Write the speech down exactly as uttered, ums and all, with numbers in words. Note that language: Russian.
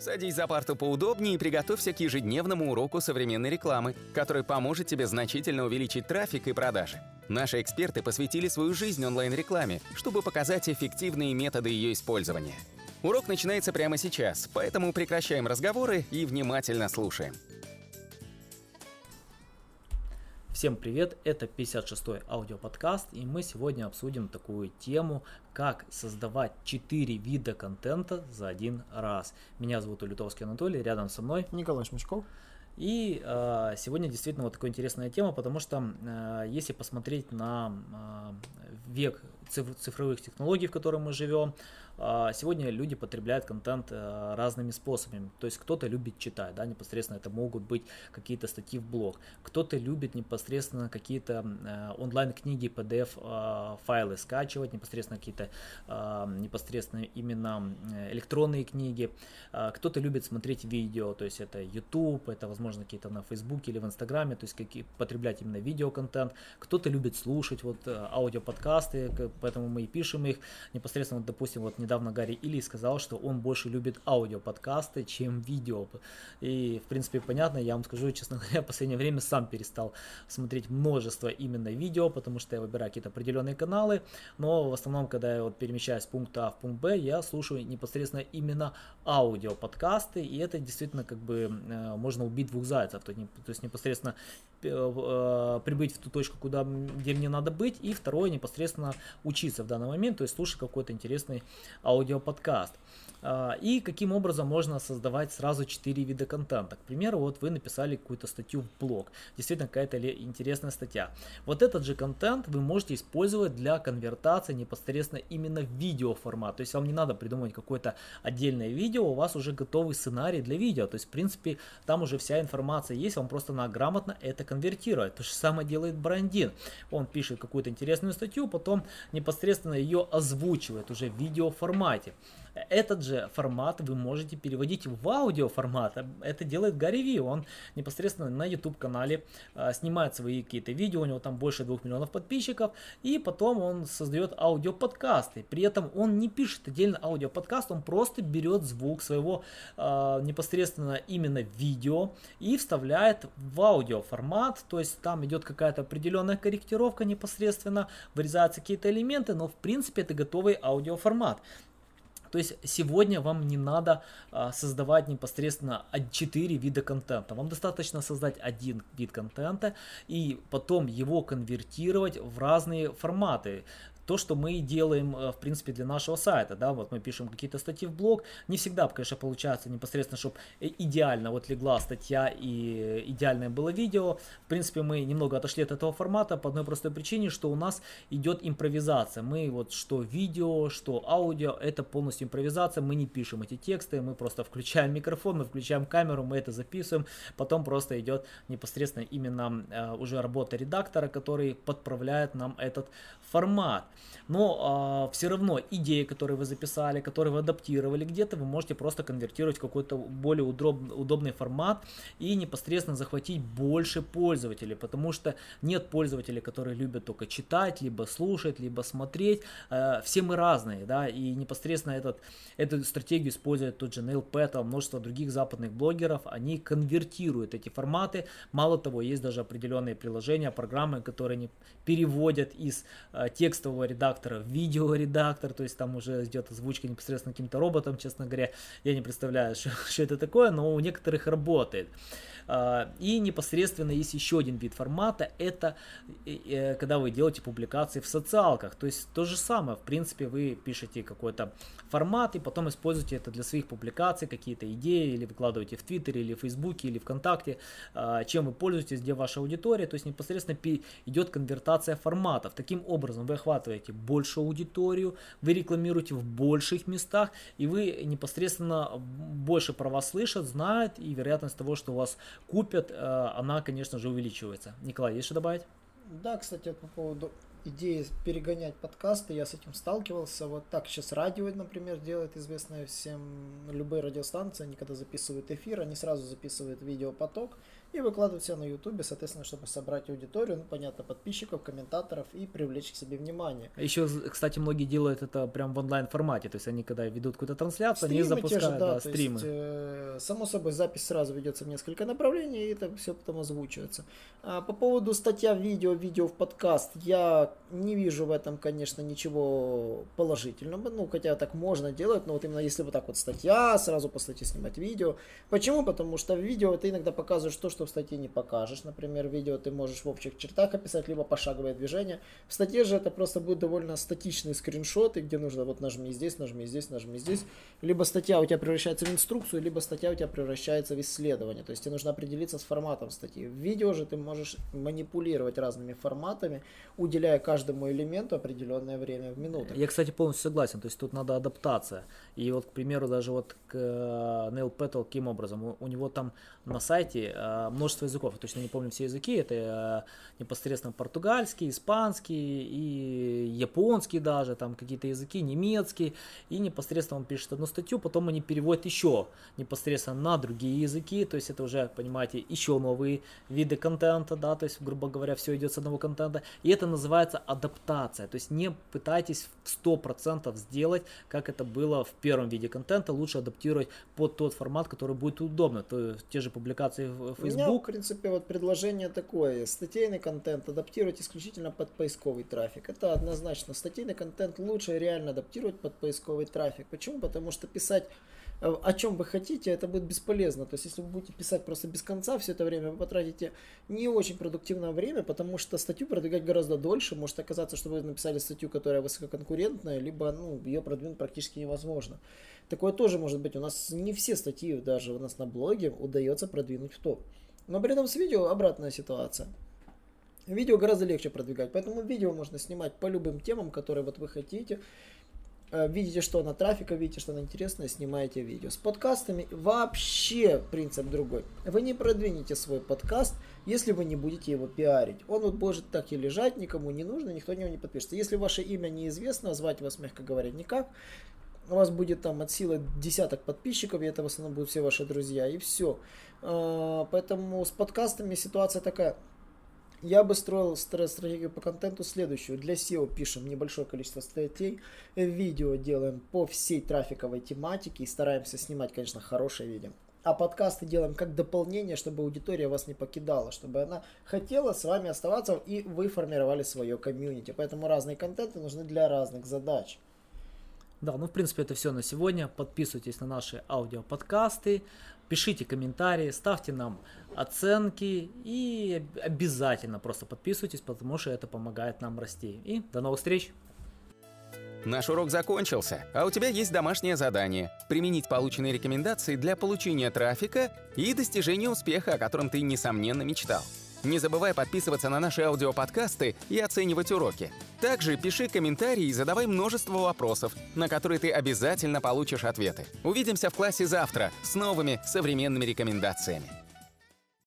Садись за парту поудобнее и приготовься к ежедневному уроку современной рекламы, который поможет тебе значительно увеличить трафик и продажи. Наши эксперты посвятили свою жизнь онлайн-рекламе, чтобы показать эффективные методы ее использования. Урок начинается прямо сейчас, поэтому прекращаем разговоры и внимательно слушаем. Всем привет, это пятьдесят шестой аудиоподкаст, и мы сегодня обсудим такую тему, как создавать четыре вида контента за один раз. Меня зовут Улитовский Анатолий, рядом со мной Николай Шмычков. И э, сегодня действительно вот такая интересная тема, потому что э, если посмотреть на э, век циф- цифровых технологий, в котором мы живем, э, сегодня люди потребляют контент э, разными способами. То есть кто-то любит читать, да, непосредственно это могут быть какие-то статьи в блог, кто-то любит непосредственно какие-то э, онлайн-книги, пи ди эф э, файлы скачивать, непосредственно какие-то э, непосредственно именно электронные книги, э, кто-то любит смотреть видео, то есть это YouTube, это возможно можно какие-то на Фейсбуке или в Инстаграме, то есть какие, потреблять именно видеоконтент. Кто-то любит слушать вот аудиоподкасты, поэтому мы и пишем их. Непосредственно, вот, допустим, вот недавно Гарри Илий сказал, что он больше любит аудиоподкасты, чем видео. И, в принципе, понятно, я вам скажу, честно говоря, в последнее время сам перестал смотреть множество именно видео, потому что я выбираю какие-то определенные каналы, но в основном, когда я вот перемещаюсь с пункта А в пункт Б, я слушаю непосредственно именно аудиоподкасты, и это действительно как бы можно убить двух зайцев, то, не, то есть непосредственно э, э, прибыть в ту точку, куда, где мне надо быть, и второе, непосредственно учиться в данный момент, то есть слушать какой-то интересный аудиоподкаст. Э, и каким образом можно создавать сразу четыре вида контента. К примеру, вот вы написали какую-то статью в блог, действительно какая-то интересная статья. Вот этот же контент вы можете использовать для конвертации непосредственно именно в видеоформат, то есть вам не надо придумывать какое-то отдельное видео, у вас уже готовый сценарий для видео, то есть в принципе там уже вся информация есть, вам просто надо грамотно это конвертировать. То же самое делает Брандин. Он пишет какую-то интересную статью, потом непосредственно ее озвучивает уже в видеоформате. Этот же формат вы можете переводить в аудиоформат. Это делает Гарри Ви. Он непосредственно на YouTube-канале а, снимает свои какие-то видео, у него там больше двух миллионов подписчиков, и потом он создает аудиоподкасты. При этом он не пишет отдельно аудиоподкаст, он просто берет звук своего а, непосредственно именно видео и вставляет в аудиоформат, то есть там идет какая-то определенная корректировка непосредственно, вырезаются какие-то элементы, но в принципе это готовый аудиоформат. То есть сегодня вам не надо а, создавать непосредственно четыре вида контента. Вам достаточно создать один вид контента и потом его конвертировать в разные форматы. То, что мы делаем, в принципе, для нашего сайта, да, вот мы пишем какие-то статьи в блог, не всегда, конечно, получается непосредственно, чтобы идеально вот легла статья и идеальное было видео. В принципе, мы немного отошли от этого формата по одной простой причине, что у нас идет импровизация. Мы вот что видео, что аудио, это полностью импровизация, мы не пишем эти тексты, мы просто включаем микрофон, мы включаем камеру, мы это записываем, потом просто идет непосредственно именно э, уже работа редактора, который подправляет нам этот формат. Но э, все равно идеи, которые вы записали, которые вы адаптировали где-то, вы можете просто конвертировать в какой-то более удоб, удобный формат и непосредственно захватить больше пользователей, потому что нет пользователей, которые любят только читать, либо слушать, либо смотреть. Э, все мы разные, да, и непосредственно этот, эту стратегию использует тот же Nailpad, множество других западных блогеров, они конвертируют эти форматы. Мало того, есть даже определенные приложения, программы, которые они переводят из э, текстового редактора в видеоредактор, то есть там уже идет озвучка непосредственно каким-то роботом, честно говоря, я не представляю, что, что это такое, но у некоторых работает. И непосредственно есть еще один вид формата, это когда вы делаете публикации в социалках, то есть то же самое, в принципе, вы пишете какой-то формат и потом используете это для своих публикаций, какие-то идеи, или выкладываете в Твиттере, или в Фейсбуке, или ВКонтакте, чем вы пользуетесь, где ваша аудитория, то есть непосредственно идет конвертация форматов. Таким образом вы охватываете большую аудиторию, вы рекламируете в больших местах, и вы непосредственно больше про вас слышат, знают, и вероятность того, что у вас купят, она, конечно же, увеличивается. Николай, есть что добавить? Да, кстати, по поводу идеи перегонять подкасты, я с этим сталкивался. Вот так сейчас радио, например, делает известное всем, любые радиостанции, они когда записывают эфир, они сразу записывают видеопоток и выкладывают все на ютубе, соответственно, чтобы собрать аудиторию, ну, понятно, подписчиков, комментаторов и привлечь к себе внимание. Еще, кстати, многие делают это прям в онлайн формате, то есть они когда ведут какую-то трансляцию, стримы они запускают те же, да, да, стримы. Есть, э, Само собой, запись сразу ведется в несколько направлений, и это все потом озвучивается. А по поводу статья в видео, видео в подкаст, я не вижу в этом, конечно, ничего положительного. Ну, хотя так можно делать, но вот именно если вот так вот статья, сразу по статье снимать видео. Почему? Потому что в видео ты иногда показываешь то, что в статье не покажешь. Например, в видео ты можешь в общих чертах описать, либо пошаговое движение. В статье же это просто будет довольно статичные скриншоты, где нужно вот нажми здесь, нажми здесь, нажми здесь. Либо статья у тебя превращается в инструкцию, либо статья у тебя превращается в исследование. То есть тебе нужно определиться с форматом статьи. В видео же ты можешь манипулировать разными форматами, уделяя каждому элементу определенное время в минутах. Я, кстати, полностью согласен. То есть тут надо адаптация. И вот, к примеру, даже вот к Neil Patel, каким образом? У, у него там на сайте множество языков. Я точно не помню все языки. Это непосредственно португальский, испанский и японский даже, там какие-то языки, немецкий. И непосредственно он пишет одну статью, потом они переводят еще непосредственно на другие языки. То есть это уже, понимаете, еще новые виды контента, да, то есть, грубо говоря, все идет с одного контента. И это называется адаптация. То есть не пытайтесь в сто процентов сделать, как это было в первом виде контента. Лучше адаптировать под тот формат, который будет удобно. То есть те же публикации в Facebook. У меня, в принципе, вот предложение такое. Статейный контент адаптировать исключительно под поисковый трафик. Это однозначно. Статейный контент лучше реально адаптировать под поисковый трафик. Почему? Потому что писать о чем вы хотите, это будет бесполезно. То есть, если вы будете писать просто без конца все это время, вы потратите не очень продуктивное время, потому что статью продвигать гораздо дольше. Может оказаться, что вы написали статью, которая высококонкурентная, либо ну, ее продвинуть практически невозможно. Такое тоже может быть. У нас не все статьи, даже у нас на блоге, удается продвинуть в топ. Но при этом с видео обратная ситуация. Видео гораздо легче продвигать, поэтому видео можно снимать по любым темам, которые вот вы хотите. Видите, что на трафика, видите, что на интересное, снимаете видео. С подкастами вообще принцип другой. Вы не продвинете свой подкаст, если вы не будете его пиарить. Он вот может так и лежать, никому не нужно, никто на него не подпишется. Если ваше имя неизвестно, звать вас, мягко говоря, никак, у вас будет там от силы десяток подписчиков, и это в основном будут все ваши друзья, и все. Поэтому с подкастами ситуация такая. Я бы строил стратегию по контенту следующую. Для сео пишем небольшое количество статей, видео делаем по всей трафиковой тематике и стараемся снимать, конечно, хорошее видео. А подкасты делаем как дополнение, чтобы аудитория вас не покидала, чтобы она хотела с вами оставаться и вы формировали свое комьюнити. Поэтому разные контенты нужны для разных задач. Да, ну в принципе это все на сегодня. Подписывайтесь на наши аудиоподкасты, пишите комментарии, ставьте нам оценки и обязательно просто подписывайтесь, потому что это помогает нам расти. И до новых встреч! Наш урок закончился, а у тебя есть домашнее задание – применить полученные рекомендации для получения трафика и достижения успеха, о котором ты, несомненно, мечтал. Не забывай подписываться на наши аудиоподкасты и оценивать уроки. Также пиши комментарии и задавай множество вопросов, на которые ты обязательно получишь ответы. Увидимся в классе завтра с новыми современными рекомендациями.